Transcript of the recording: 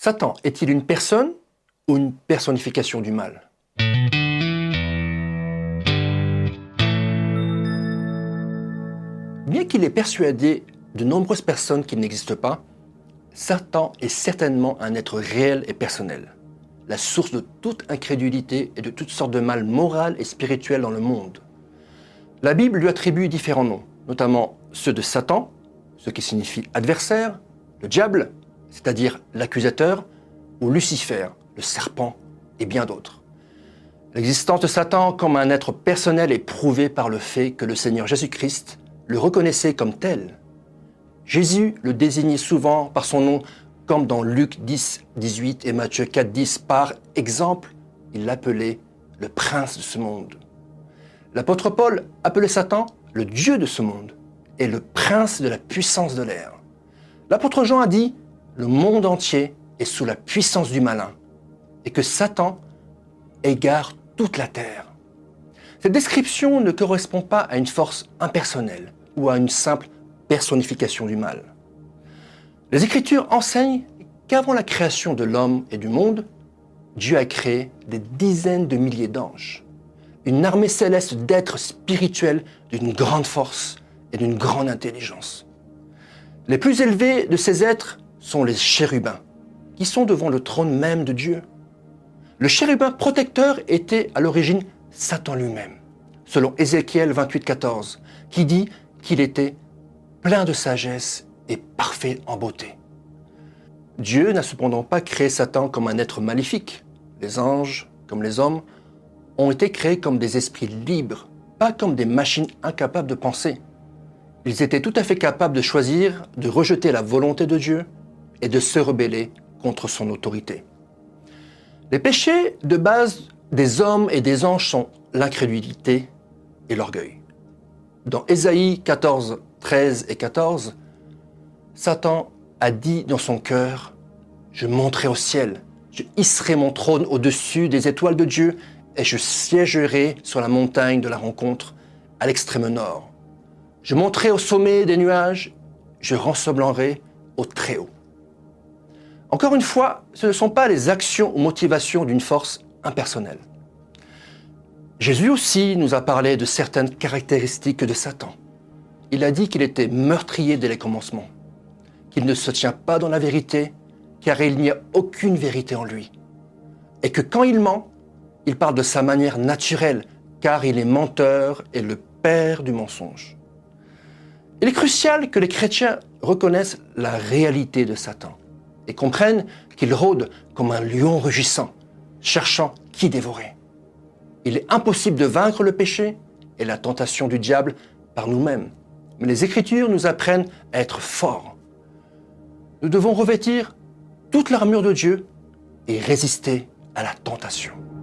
Satan est-il une personne ou une personnification du mal? Bien qu'il ait persuadé de nombreuses personnes qu'il n'existe pas, Satan est certainement un être réel et personnel, la source de toute incrédulité et de toutes sortes de mal moral et spirituel dans le monde. La Bible lui attribue différents noms, notamment ceux de Satan, ce qui signifie adversaire, le diable, c'est-à-dire l'accusateur, ou Lucifer, le serpent, et bien d'autres. L'existence de Satan comme un être personnel est prouvée par le fait que le Seigneur Jésus-Christ le reconnaissait comme tel. Jésus le désignait souvent par son nom, comme dans Luc 10, 18 et Matthieu 4, 10. Par exemple, il l'appelait le prince de ce monde. L'apôtre Paul appelait Satan le Dieu de ce monde et le prince de la puissance de l'air. L'apôtre Jean a dit « Le monde entier est sous la puissance du malin » et que Satan égare toute la terre. Cette description ne correspond pas à une force impersonnelle ou à une simple personnification du mal. Les Écritures enseignent qu'avant la création de l'homme et du monde, Dieu a créé des dizaines de milliers d'anges, une armée céleste d'êtres spirituels d'une grande force et d'une grande intelligence. Les plus élevés de ces êtres sont les chérubins, qui sont devant le trône même de Dieu. Le chérubin protecteur était à l'origine Satan lui-même, selon Ézéchiel 28, 14, qui dit qu'il était plein de sagesse et parfait en beauté. Dieu n'a cependant pas créé Satan comme un être maléfique. Les anges, comme les hommes, ont été créés comme des esprits libres, pas comme des machines incapables de penser. Ils étaient tout à fait capables de choisir, de rejeter la volonté de Dieu et de se rebeller contre son autorité. Les péchés de base des hommes et des anges sont l'incrédulité et l'orgueil. Dans Ésaïe 14, 13 et 14, Satan a dit dans son cœur « Je monterai au ciel, je hisserai mon trône au-dessus des étoiles de Dieu et je siégerai sur la montagne de la rencontre à l'extrême nord. Je monterai au sommet des nuages, je ressemblerai au Très-Haut. » Encore une fois, ce ne sont pas les actions ou motivations d'une force impersonnelle. Jésus aussi nous a parlé de certaines caractéristiques de Satan. Il a dit qu'il était meurtrier dès les commencements, qu'il ne se tient pas dans la vérité, car il n'y a aucune vérité en lui. Et que quand il ment, il parle de sa manière naturelle, car il est menteur et le père du mensonge. Il est crucial que les chrétiens reconnaissent la réalité de Satan et comprennent qu'il rôde comme un lion rugissant, cherchant qui dévorer. Il est impossible de vaincre le péché et la tentation du diable par nous-mêmes. Mais les Écritures nous apprennent à être forts. Nous devons revêtir toute l'armure de Dieu et résister à la tentation.